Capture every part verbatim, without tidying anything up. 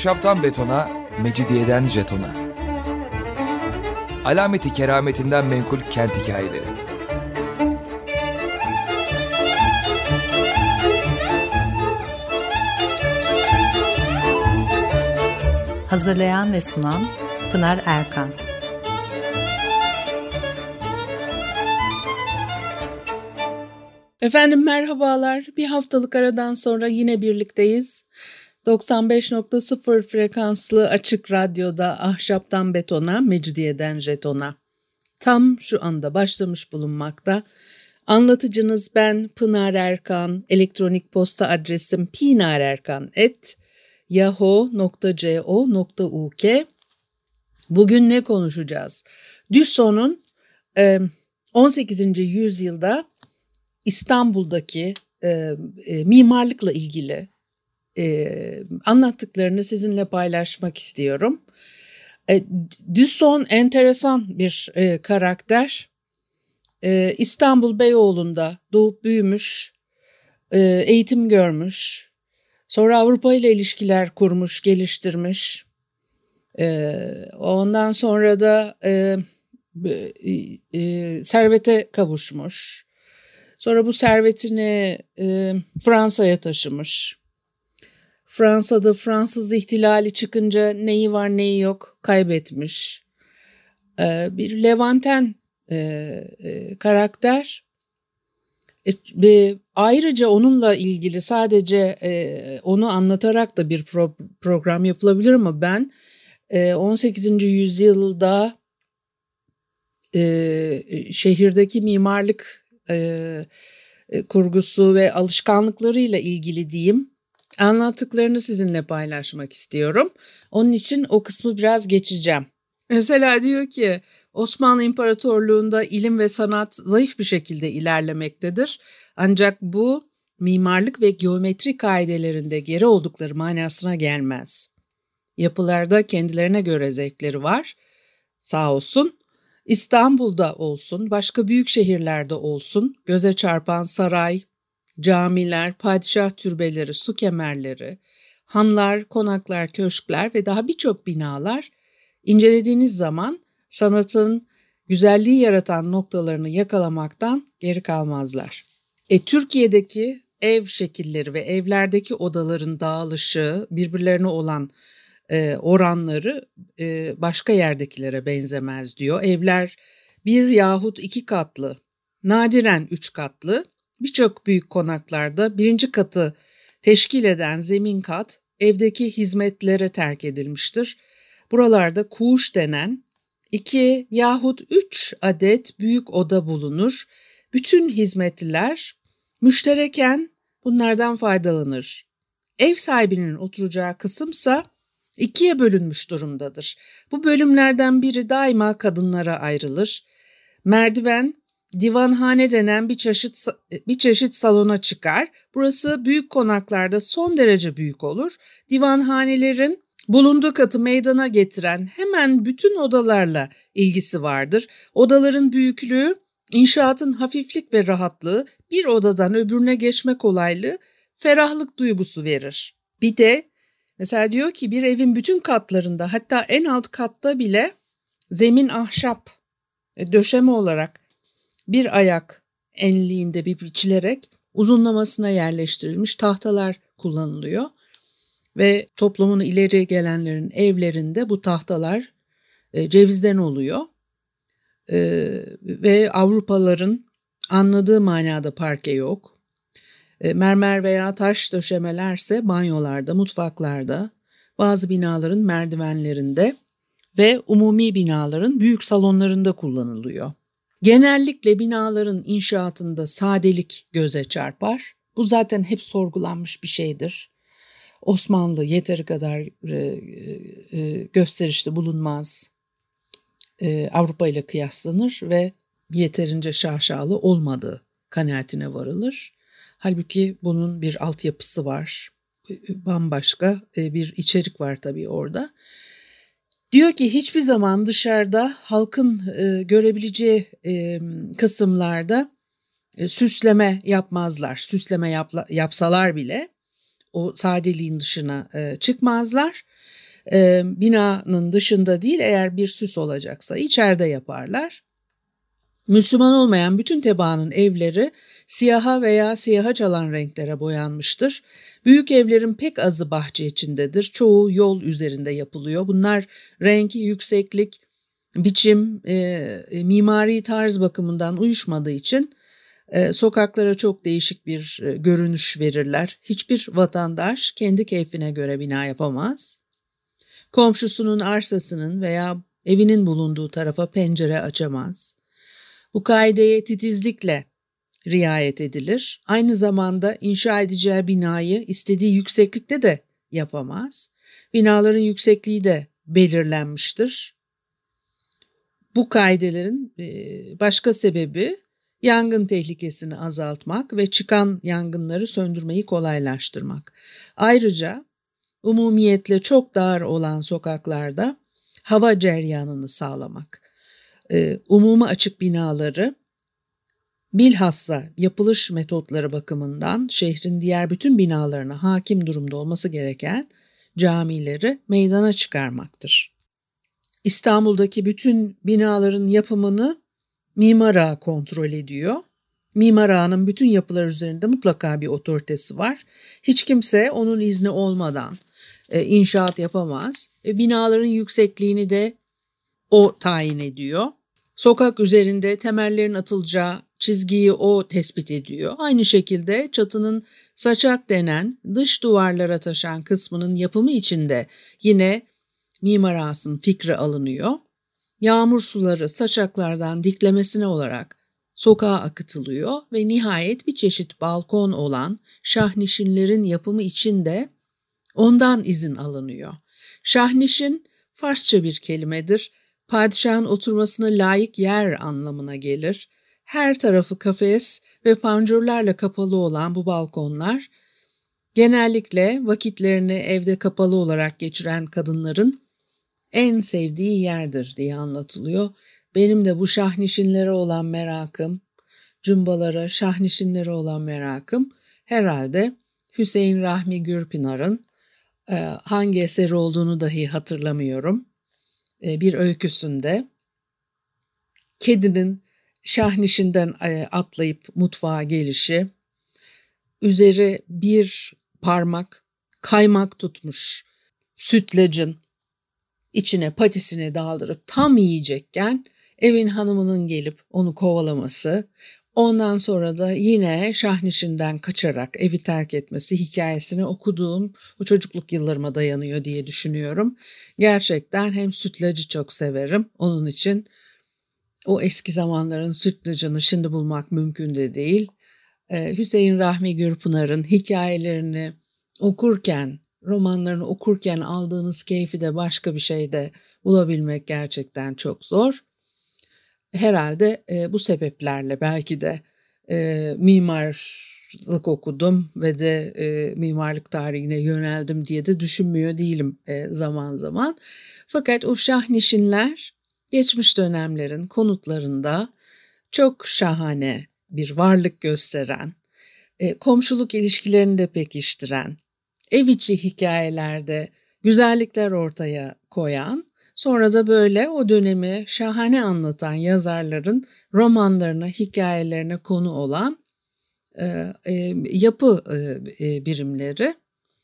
Ahşaptan betona, mecidiyeden jetona. Alameti kerametinden menkul kent hikayeleri. Hazırlayan ve sunan Pınar Erkan. Efendim merhabalar. Bir haftalık aradan sonra yine birlikteyiz. doksan beş nokta sıfır frekanslı açık radyoda ahşaptan betona, mecidiyeden jetona. Tam şu anda başlamış bulunmakta. Anlatıcınız ben Pınar Erkan. Elektronik posta adresim pinarerkan at yahoo nokta co nokta uk. Bugün ne konuşacağız? Dusson'un on sekizinci yüzyılda İstanbul'daki e, e, mimarlıkla ilgili e, anlattıklarını sizinle paylaşmak istiyorum. E, Dusson enteresan bir e, karakter. E, İstanbul Beyoğlu'nda doğup büyümüş, e, eğitim görmüş, sonra Avrupa ile ilişkiler kurmuş, geliştirmiş. E, ondan sonra da e, e, servete kavuşmuş. Sonra bu servetini e, Fransa'ya taşımış. Fransa'da Fransız ihtilali çıkınca neyi var neyi yok kaybetmiş. E, bir Levanten e, e, karakter. E, ayrıca onunla ilgili sadece e, onu anlatarak da bir pro, program yapılabilir ama ben e, on sekizinci yüzyılda e, şehirdeki mimarlık E, e, kurgusu ve alışkanlıklarıyla ilgili diyeyim anlattıklarını sizinle paylaşmak istiyorum. Onun için o kısmı biraz geçeceğim. Mesela diyor ki Osmanlı İmparatorluğu'nda ilim ve sanat zayıf bir şekilde ilerlemektedir. Ancak bu mimarlık ve geometri kaidelerinde geri oldukları manasına gelmez. Yapılarda kendilerine göre zevkleri var. Sağ olsun. İstanbul'da olsun, başka büyük şehirlerde olsun, göze çarpan saray, camiler, padişah türbeleri, su kemerleri, hanlar, konaklar, köşkler ve daha birçok binalar incelediğiniz zaman sanatın güzelliği yaratan noktalarını yakalamaktan geri kalmazlar. E, Türkiye'deki ev şekilleri ve evlerdeki odaların dağılışı, birbirlerine olan E, oranları e, başka yerdekilere benzemez diyor. Evler bir yahut iki katlı, nadiren üç katlı, birçok büyük konaklarda birinci katı teşkil eden zemin kat evdeki hizmetlere terk edilmiştir. Buralarda kuğuş denen iki yahut üç adet büyük oda bulunur. Bütün hizmetliler müştereken bunlardan faydalanır. Ev sahibinin oturacağı kısımsa İkiye bölünmüş durumdadır. Bu bölümlerden biri daima kadınlara ayrılır. Merdiven, divanhane denen bir çeşit bir çeşit salona çıkar. Burası büyük konaklarda son derece büyük olur. Divanhanelerin bulunduğu katı meydana getiren hemen bütün odalarla ilgisi vardır. Odaların büyüklüğü, inşaatın hafiflik ve rahatlığı, bir odadan öbürüne geçme kolaylığı, ferahlık duygusu verir. Bir de mesela diyor ki bir evin bütün katlarında, hatta en alt katta bile zemin ahşap, döşeme olarak bir ayak enliğinde bir biçilerek uzunlamasına yerleştirilmiş tahtalar kullanılıyor. Ve toplumun ileri gelenlerin evlerinde bu tahtalar e, cevizden oluyor. E, ve Avrupalıların anladığı manada parke yok. Mermer veya taş döşemelerse banyolarda, mutfaklarda, bazı binaların merdivenlerinde ve umumi binaların büyük salonlarında kullanılıyor. Genellikle binaların inşaatında sadelik göze çarpar. Bu zaten hep sorgulanmış bir şeydir. Osmanlı yeteri kadar gösterişli bulunmaz. Avrupa ile kıyaslanır ve yeterince şaşalı olmadığı kanaatine varılır. Halbuki bunun bir altyapısı var, bambaşka bir içerik var tabii orada. Diyor ki hiçbir zaman dışarıda halkın e, görebileceği e, kısımlarda e, süsleme yapmazlar. Süsleme yapla, yapsalar bile o sadeliğin dışına e, çıkmazlar. E, binanın dışında değil, eğer bir süs olacaksa içeride yaparlar. Müslüman olmayan bütün tebaanın evleri siyaha veya siyaha çalan renklere boyanmıştır. Büyük evlerin pek azı bahçe içindedir. Çoğu yol üzerinde yapılıyor. Bunlar renk, yükseklik, biçim, e, mimari tarz bakımından uyuşmadığı için e, sokaklara çok değişik bir e, görünüş verirler. Hiçbir vatandaş kendi keyfine göre bina yapamaz. Komşusunun arsasının veya evinin bulunduğu tarafa pencere açamaz. Bu kaideye titizlikle riayet edilir. Aynı zamanda inşa edeceği binayı istediği yükseklikte de yapamaz. Binaların yüksekliği de belirlenmiştir. Bu kaidelerin başka sebebi yangın tehlikesini azaltmak ve çıkan yangınları söndürmeyi kolaylaştırmak. Ayrıca umumiyetle çok dar olan sokaklarda hava cereyanını sağlamak. Umuma açık binaları bilhassa yapılış metotları bakımından şehrin diğer bütün binalarına hakim durumda olması gereken camileri meydana çıkarmaktır. İstanbul'daki bütün binaların yapımını Mimar Ağa kontrol ediyor. Mimar Ağa'nın bütün yapılar üzerinde mutlaka bir otoritesi var. Hiç kimse onun izni olmadan e, inşaat yapamaz. E, binaların yüksekliğini de o tayin ediyor. Sokak üzerinde temellerin atılacağı çizgiyi o tespit ediyor. Aynı şekilde çatının saçak denen dış duvarlara taşan kısmının yapımı için de yine Mimar Ağa'sının fikri alınıyor. Yağmur suları saçaklardan diklemesine olarak sokağa akıtılıyor ve nihayet bir çeşit balkon olan şahnişinlerin yapımı için de ondan izin alınıyor. Şahnişin Farsça bir kelimedir. Padişahın oturmasına layık yer anlamına gelir. Her tarafı kafes ve pancurlarla kapalı olan bu balkonlar genellikle vakitlerini evde kapalı olarak geçiren kadınların en sevdiği yerdir diye anlatılıyor. Benim de bu şahnişinlere olan merakım, cumbalara, şahnişinlere olan merakım herhalde Hüseyin Rahmi Gürpınar'ın e, hangi eseri olduğunu dahi hatırlamıyorum. E, bir öyküsünde kedinin şahnişinden e, atlayıp mutfağa gelişi, üzeri bir parmak kaymak tutmuş sütlacın içine patisini daldırıp tam yiyecekken evin hanımının gelip onu kovalaması, ondan sonra da yine şahnişinden kaçarak evi terk etmesi hikayesini okuduğum o çocukluk yıllarıma dayanıyor diye düşünüyorum. Gerçekten hem sütlacı çok severim. Onun için o eski zamanların sütlacını şimdi bulmak mümkün de değil. Ee, Hüseyin Rahmi Gürpınar'ın hikayelerini okurken, romanlarını okurken aldığınız keyfi de başka bir şeyde bulabilmek gerçekten çok zor. Herhalde e, bu sebeplerle belki de e, mimarlık okudum ve de e, mimarlık tarihine yöneldim diye de düşünmüyor değilim e, zaman zaman. Fakat o şahnişinler geçmiş dönemlerin konutlarında çok şahane bir varlık gösteren, e, komşuluk ilişkilerini de pekiştiren, ev içi hikayelerde güzellikler ortaya koyan, sonra da böyle o dönemi şahane anlatan yazarların romanlarına, hikayelerine konu olan e, e, yapı e, birimleri.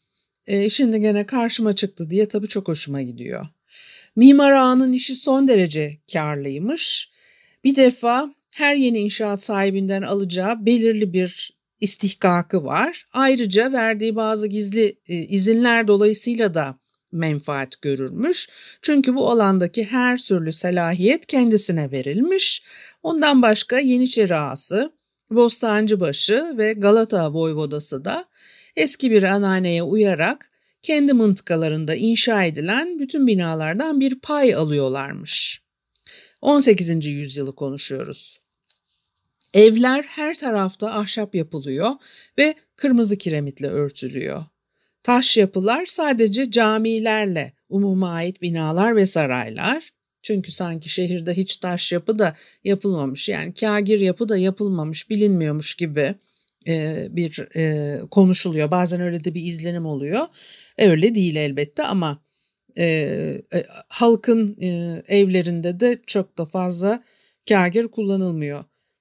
E, şimdi gene karşıma çıktı diye tabii çok hoşuma gidiyor. Mimar Ağa'nın işi son derece karlıymış. Bir defa her yeni inşaat sahibinden alacağı belirli bir istihkakı var. Ayrıca verdiği bazı gizli e, izinler dolayısıyla da menfaat görürmüş. Çünkü bu alandaki her türlü salahiyet kendisine verilmiş. Ondan başka Yeniçeri Ağası, Bostancıbaşı ve Galata Voyvodası da eski bir anneanneye uyarak kendi mıntıkalarında inşa edilen bütün binalardan bir pay alıyorlarmış. on sekizinci yüzyılı konuşuyoruz. Evler her tarafta ahşap yapılıyor ve kırmızı kiremitle örtülüyor. Taş yapılar sadece camilerle umuma ait binalar ve saraylar. Çünkü sanki şehirde hiç taş yapı da yapılmamış, yani kâgir yapı da yapılmamış, bilinmiyormuş gibi e, bir e, konuşuluyor. Bazen öyle de bir izlenim oluyor. Öyle değil elbette ama E, e, halkın e, evlerinde de çok da fazla kâgir kullanılmıyor.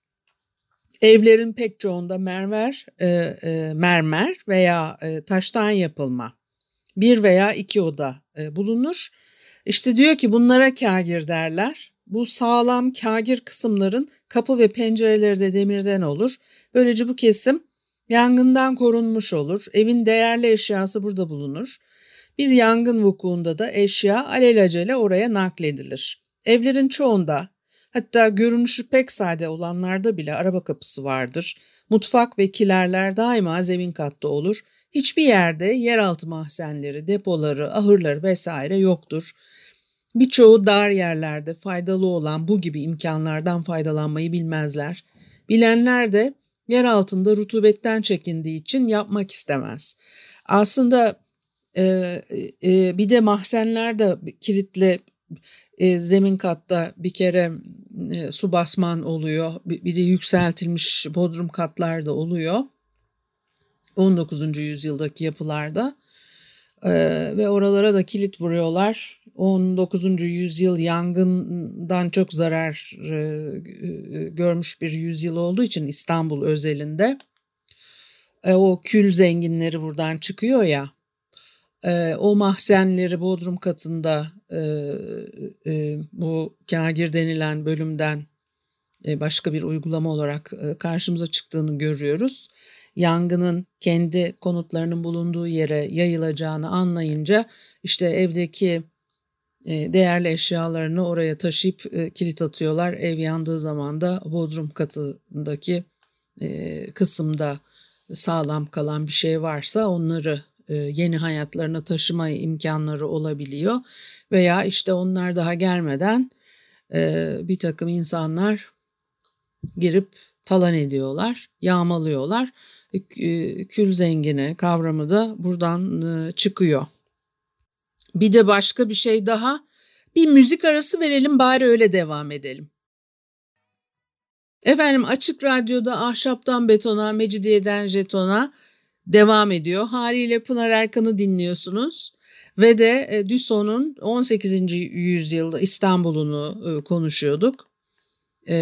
Evlerin pek çoğunda mermer, e, e, mermer veya e, taştan yapılma bir veya iki oda e, bulunur. İşte diyor ki bunlara kâgir derler. Bu sağlam kâgir kısımların kapı ve pencereleri de demirden olur. Böylece bu kesim yangından korunmuş olur. Evin değerli eşyası burada bulunur. Bir yangın vukuunda da eşya alelacele oraya nakledilir. Evlerin çoğunda, hatta görünüşü pek sade olanlarda bile araba kapısı vardır. Mutfak ve kilerler daima zemin katta olur. Hiçbir yerde yeraltı mahzenleri, depoları, ahırları vesaire yoktur. Birçoğu dar yerlerde faydalı olan bu gibi imkanlardan faydalanmayı bilmezler. Bilenler de yer altında rutubetten çekindiği için yapmak istemez. Aslında e, e, bir de mahzenler de kilitli e, zemin katta bir kere e, su basman oluyor. Bir, bir de yükseltilmiş bodrum katlar da oluyor. on dokuzuncu yüzyıldaki yapılarda e, ve oralara da kilit vuruyorlar. on dokuzuncu yüzyıl yangından çok zarar e, e, görmüş bir yüzyıl olduğu için İstanbul özelinde e, o kül zenginleri buradan çıkıyor ya, e, o mahzenleri bodrum katında e, e, bu kâgir denilen bölümden e, başka bir uygulama olarak e, karşımıza çıktığını görüyoruz. Yangının kendi konutlarının bulunduğu yere yayılacağını anlayınca işte evdeki değerli eşyalarını oraya taşıyıp kilit atıyorlar. Ev yandığı zaman da bodrum katındaki kısımda sağlam kalan bir şey varsa onları yeni hayatlarına taşıma imkanları olabiliyor. Veya işte onlar daha gelmeden bir takım insanlar girip talan ediyorlar, yağmalıyorlar. Kül zengini kavramı da buradan çıkıyor. Bir de başka bir şey daha. Bir müzik arası verelim, bari öyle devam edelim. Efendim, Açık Radyo'da Ahşaptan Betona, Mecidiyeden Jeton'a devam ediyor. Haliyle Pınar Erkan'ı dinliyorsunuz. Ve de e, Düson'un on sekizinci yüzyılda İstanbul'unu e, konuşuyorduk. E,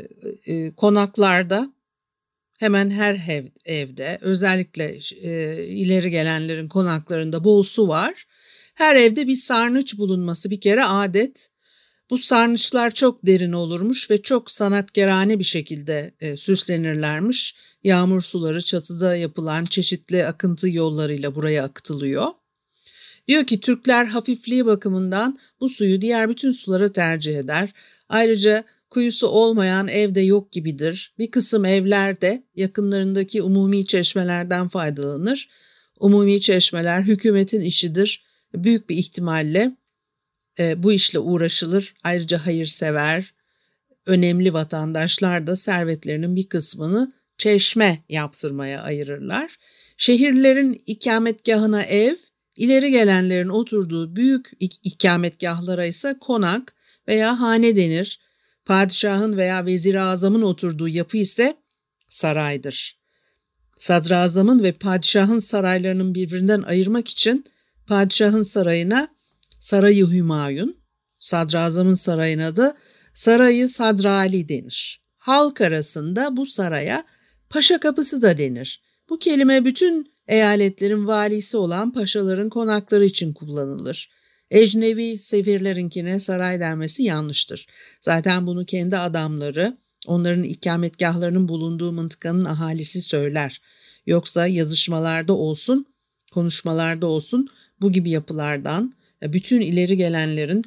e, konaklarda hemen her ev, evde, özellikle e, ileri gelenlerin konaklarında bol su var. Her evde bir sarnıç bulunması bir kere adet. Bu sarnıçlar çok derin olurmuş ve çok sanatkarane bir şekilde e, süslenirlermiş. Yağmur suları çatıda yapılan çeşitli akıntı yollarıyla buraya akıtılıyor. Diyor ki Türkler hafifliği bakımından bu suyu diğer bütün sulara tercih eder. Ayrıca kuyusu olmayan evde yok gibidir. Bir kısım evlerde yakınlarındaki umumi çeşmelerden faydalanır. Umumi çeşmeler hükümetin işidir. Büyük bir ihtimalle e, bu işle uğraşılır. Ayrıca hayırsever, önemli vatandaşlar da servetlerinin bir kısmını çeşme yaptırmaya ayırırlar. Şehirlerin ikametgahına ev, ileri gelenlerin oturduğu büyük ik- ikametgahlara ise konak veya hane denir. Padişahın veya vezir-i azamın oturduğu yapı ise saraydır. Sadrazamın ve padişahın saraylarının birbirinden ayırmak için padişahın sarayına Sarayı Hümayun, sadrazamın sarayına da Sarayı Sadrali denir. Halk arasında bu saraya Paşa Kapısı da denir. Bu kelime bütün eyaletlerin valisi olan paşaların konakları için kullanılır. Ecnebi sefirlerinkine saray denmesi yanlıştır. Zaten bunu kendi adamları, onların ikametgahlarının bulunduğu mıntıkanın ahalisi söyler. Yoksa yazışmalarda olsun, konuşmalarda olsun bu gibi yapılardan, bütün ileri gelenlerin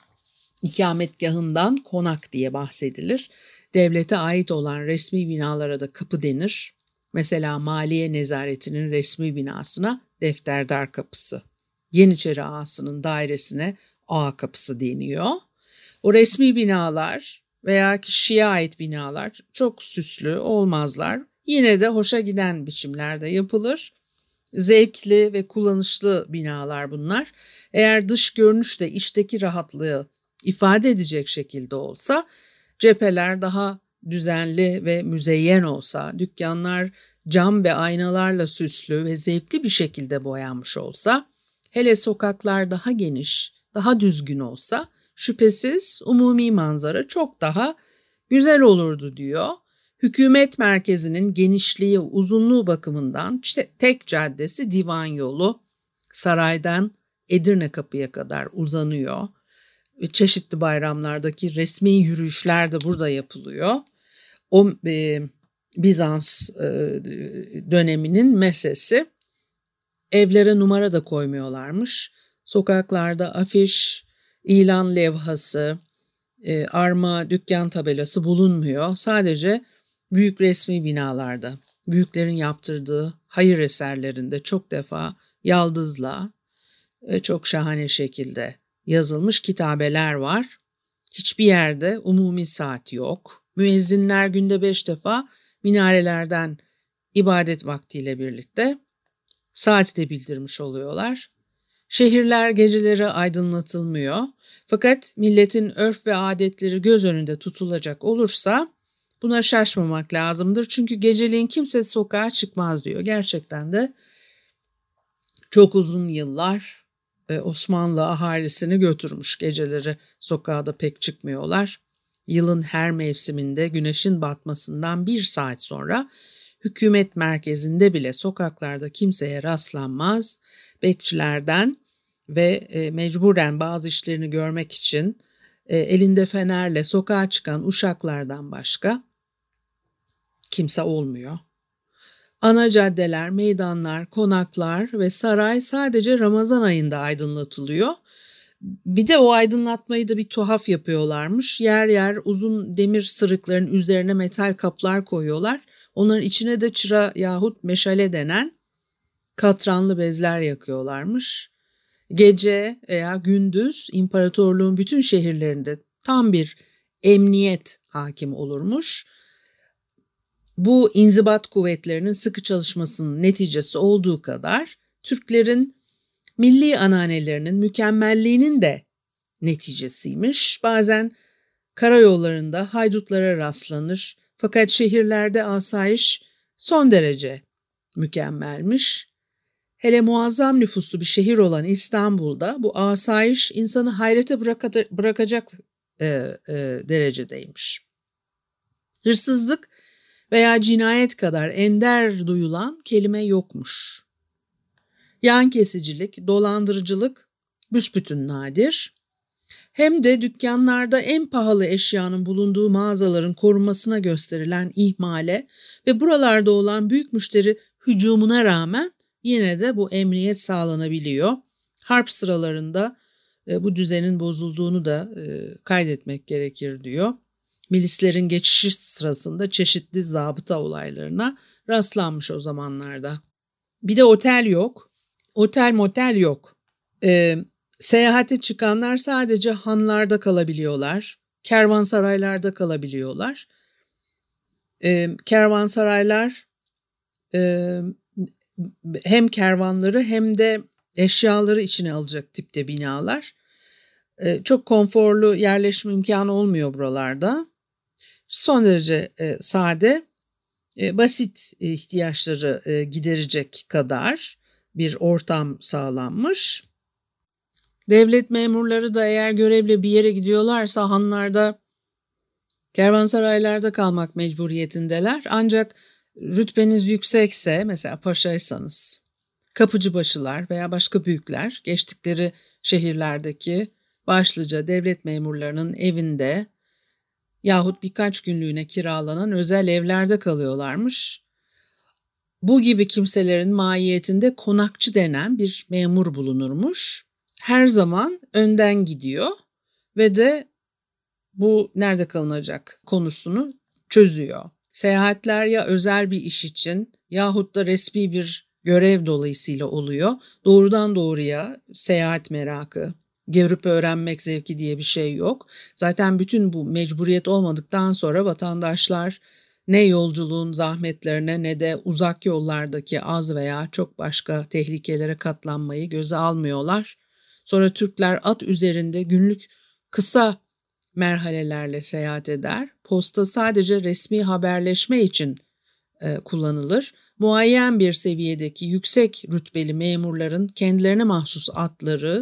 ikametgahından konak diye bahsedilir. Devlete ait olan resmi binalara da kapı denir. Mesela Maliye Nezaretinin resmi binasına Defterdar Kapısı. Yeniçeri Ağası'nın dairesine Ağa Kapısı deniyor. O resmi binalar veya kişiye ait binalar çok süslü olmazlar. Yine de hoşa giden biçimlerde yapılır. Zevkli ve kullanışlı binalar bunlar. Eğer dış görünüş de içteki rahatlığı ifade edecek şekilde olsa, cepheler daha düzenli ve müzeyyen olsa, dükkanlar cam ve aynalarla süslü ve zevkli bir şekilde boyanmış olsa, hele sokaklar daha geniş, daha düzgün olsa şüphesiz umumi manzara çok daha güzel olurdu diyor. Hükümet merkezinin genişliği, uzunluğu bakımından tek caddesi Divan Yolu, saraydan Edirne Kapı'ya kadar uzanıyor. Çeşitli bayramlardaki resmi yürüyüşler de burada yapılıyor. O e, Bizans e, döneminin mesesi. Evlere numara da koymuyorlarmış. Sokaklarda afiş, ilan levhası, e, arma, dükkan tabelası bulunmuyor. Sadece büyük resmi binalarda, büyüklerin yaptırdığı hayır eserlerinde çok defa yaldızla e, çok şahane şekilde yazılmış kitabeler var. Hiçbir yerde umumi saat yok. Müezzinler günde beş defa minarelerden ibadet vaktiyle birlikte saati de bildirmiş oluyorlar. Şehirler geceleri aydınlatılmıyor. Fakat milletin örf ve adetleri göz önünde tutulacak olursa buna şaşmamak lazımdır. Çünkü geceleyin kimse sokağa çıkmaz diyor. Gerçekten de çok uzun yıllar Osmanlı ahalisini götürmüş. Geceleri sokağa da pek çıkmıyorlar. Yılın her mevsiminde güneşin batmasından bir saat sonra hükümet merkezinde bile sokaklarda kimseye rastlanmaz. Bekçilerden ve e, mecburen bazı işlerini görmek için e, elinde fenerle sokağa çıkan uşaklardan başka kimse olmuyor. Ana caddeler, meydanlar, konaklar ve saray sadece Ramazan ayında aydınlatılıyor. Bir de o aydınlatmayı da bir tuhaf yapıyorlarmış. Yer yer uzun demir sırıkların üzerine metal kaplar koyuyorlar. Onların içine de çıra yahut meşale denen katranlı bezler yakıyorlarmış. Gece veya gündüz imparatorluğun bütün şehirlerinde tam bir emniyet hakim olurmuş. Bu inzibat kuvvetlerinin sıkı çalışmasının neticesi olduğu kadar Türklerin milli ananelerinin mükemmelliğinin de neticesiymiş. Bazen karayollarında haydutlara rastlanır fakat şehirlerde asayiş son derece mükemmelmiş. Hele muazzam nüfuslu bir şehir olan İstanbul'da bu asayiş insanı hayrete bırakacak e, e, derecedeymiş. Hırsızlık veya cinayet kadar ender duyulan kelime yokmuş. Yan kesicilik, dolandırıcılık büsbütün nadir. Hem de dükkanlarda en pahalı eşyanın bulunduğu mağazaların korunmasına gösterilen ihmale ve buralarda olan büyük müşteri hücumuna rağmen yine de bu emniyet sağlanabiliyor. Harp sıralarında e, bu düzenin bozulduğunu da e, kaydetmek gerekir diyor. Milislerin geçişi sırasında çeşitli zabıta olaylarına rastlanmış o zamanlarda. Bir de otel yok. Otel motel yok. E, seyahate çıkanlar sadece hanlarda kalabiliyorlar. Kervansaraylarda kalabiliyorlar. E, kervansaraylar e, hem kervanları hem de eşyaları içine alacak tipte binalar. E, çok konforlu yerleşme imkanı olmuyor buralarda. Son derece e, sade, e, basit ihtiyaçları e, giderecek kadar bir ortam sağlanmış. Devlet memurları da eğer görevle bir yere gidiyorlarsa hanlarda, kervansaraylarda kalmak mecburiyetindeler. Ancak rütbeniz yüksekse, mesela paşaysanız, kapıcıbaşılar veya başka büyükler geçtikleri şehirlerdeki başlıca devlet memurlarının evinde yahut birkaç günlüğüne kiralanan özel evlerde kalıyorlarmış. Bu gibi kimselerin mahiyetinde konakçı denen bir memur bulunurmuş. Her zaman önden gidiyor ve de bu nerede kalınacak konusunu çözüyor. Seyahatler ya özel bir iş için yahut da resmi bir görev dolayısıyla oluyor. Doğrudan doğruya seyahat merakı, görüp öğrenmek zevki diye bir şey yok. Zaten bütün bu mecburiyet olmadıktan sonra vatandaşlar ne yolculuğun zahmetlerine ne de uzak yollardaki az veya çok başka tehlikelere katlanmayı göze almıyorlar. Sonra Türkler at üzerinde günlük kısa merhalelerle seyahat eder. Posta sadece resmi haberleşme için e, kullanılır. Muayyen bir seviyedeki yüksek rütbeli memurların kendilerine mahsus atları,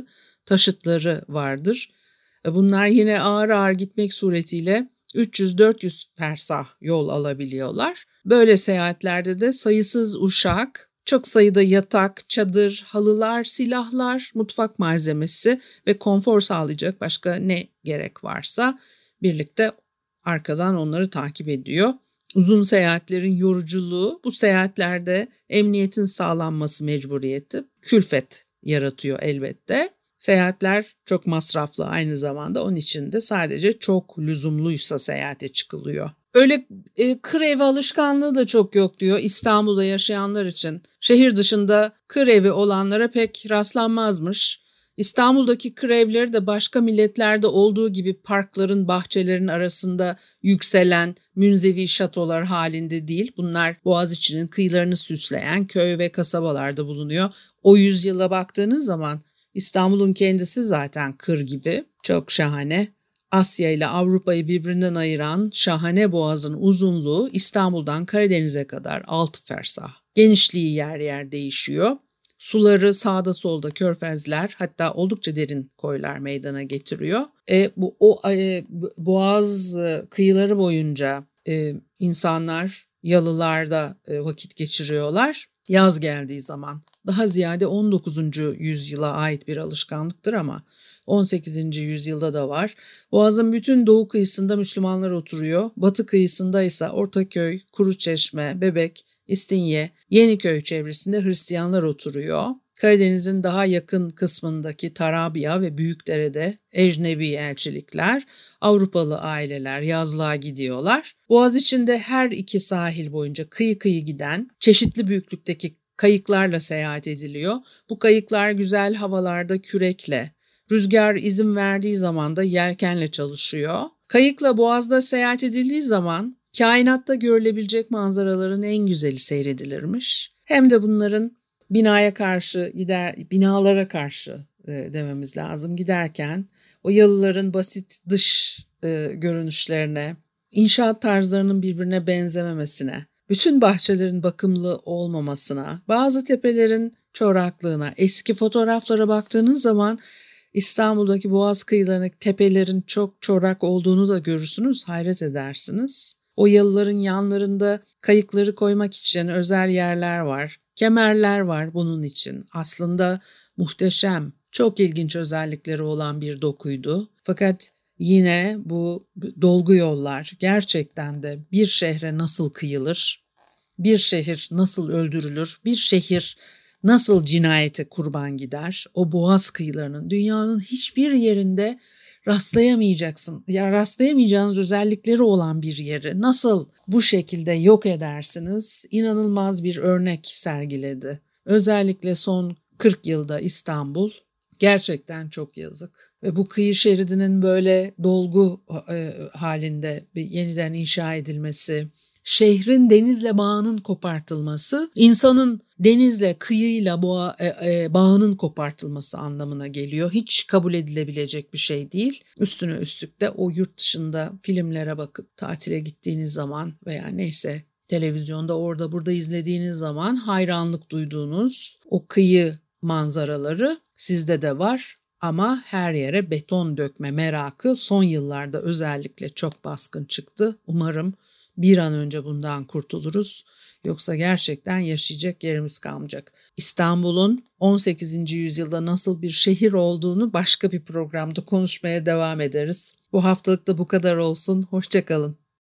taşıtları vardır. Bunlar yine ağır ağır gitmek suretiyle üç yüz dört yüz fersah yol alabiliyorlar. Böyle seyahatlerde de sayısız uşak, çok sayıda yatak, çadır, halılar, silahlar, mutfak malzemesi ve konfor sağlayacak başka ne gerek varsa birlikte arkadan onları takip ediyor. Uzun seyahatlerin yoruculuğu bu seyahatlerde emniyetin sağlanması mecburiyeti külfet yaratıyor elbette. Seyahatler çok masraflı aynı zamanda, onun için de sadece çok lüzumluysa seyahate çıkılıyor. Öyle e, kır evi alışkanlığı da çok yok diyor İstanbul'da yaşayanlar için. Şehir dışında kır evi olanlara pek rastlanmazmış. İstanbul'daki kır evleri de başka milletlerde olduğu gibi parkların, bahçelerin arasında yükselen münzevi şatolar halinde değil. Bunlar Boğaziçi'nin kıyılarını süsleyen köy ve kasabalarda bulunuyor. O yüzyıla baktığınız zaman İstanbul'un kendisi zaten kır gibi, çok şahane. Asya ile Avrupa'yı birbirinden ayıran şahane boğazın uzunluğu İstanbul'dan Karadeniz'e kadar altı fersah. Genişliği yer yer değişiyor. Suları sağda solda körfezler, hatta oldukça derin koylar meydana getiriyor. E, bu o e, boğaz e, kıyıları boyunca e, insanlar yalılarda e, vakit geçiriyorlar. Yaz geldiği zaman daha ziyade on dokuzuncu yüzyıla ait bir alışkanlıktır ama on sekizinci yüzyılda da var. Boğazın bütün doğu kıyısında Müslümanlar oturuyor. Batı kıyısında ise Ortaköy, Kuruçeşme, Bebek, İstinye, Yeniköy çevresinde Hristiyanlar oturuyor. Karadeniz'in daha yakın kısmındaki Tarabya ve Büyükdere'de ecnebi elçilikler, Avrupalı aileler yazlığa gidiyorlar. Boğaz içinde her iki sahil boyunca kıyı kıyı giden çeşitli büyüklükteki kayıklarla seyahat ediliyor. Bu kayıklar güzel havalarda kürekle, rüzgar izin verdiği zaman da yelkenle çalışıyor. Kayıkla Boğaz'da seyahat edildiği zaman kainatta görülebilecek manzaraların en güzeli seyredilirmiş. Hem de bunların binaya karşı gider, binalara karşı e, dememiz lazım giderken o yalıların basit dış e, görünüşlerine, inşaat tarzlarının birbirine benzememesine, bütün bahçelerin bakımlı olmamasına, bazı tepelerin çoraklığına, eski fotoğraflara baktığınız zaman İstanbul'daki boğaz kıyılarındaki tepelerin çok çorak olduğunu da görürsünüz, hayret edersiniz. O yalıların yanlarında kayıkları koymak için özel yerler var, kemerler var bunun için. Aslında muhteşem, çok ilginç özellikleri olan bir dokuydu. Fakat yine bu dolgu yollar gerçekten de bir şehre nasıl kıyılır, bir şehir nasıl öldürülür, bir şehir nasıl cinayete kurban gider, o boğaz kıyılarının dünyanın hiçbir yerinde rastlayamayacaksın. Ya rastlayamayacağınız özellikleri olan bir yeri nasıl bu şekilde yok edersiniz? İnanılmaz bir örnek sergiledi. Özellikle son kırk yılda İstanbul gerçekten çok yazık. Ve bu kıyı şeridinin böyle dolgu e, halinde bir yeniden inşa edilmesi, şehrin denizle bağının kopartılması, insanın denizle, kıyıyla boğa, e, e, bağının kopartılması anlamına geliyor. Hiç kabul edilebilecek bir şey değil. Üstüne üstlük de o yurt dışında filmlere bakıp tatile gittiğiniz zaman veya neyse televizyonda orada burada izlediğiniz zaman hayranlık duyduğunuz o kıyı manzaraları sizde de var. Ama her yere beton dökme merakı son yıllarda özellikle çok baskın çıktı. Umarım bir an önce bundan kurtuluruz. Yoksa gerçekten yaşayacak yerimiz kalmayacak. İstanbul'un on sekizinci yüzyılda nasıl bir şehir olduğunu başka bir programda konuşmaya devam ederiz. Bu haftalık da bu kadar olsun. Hoşça kalın.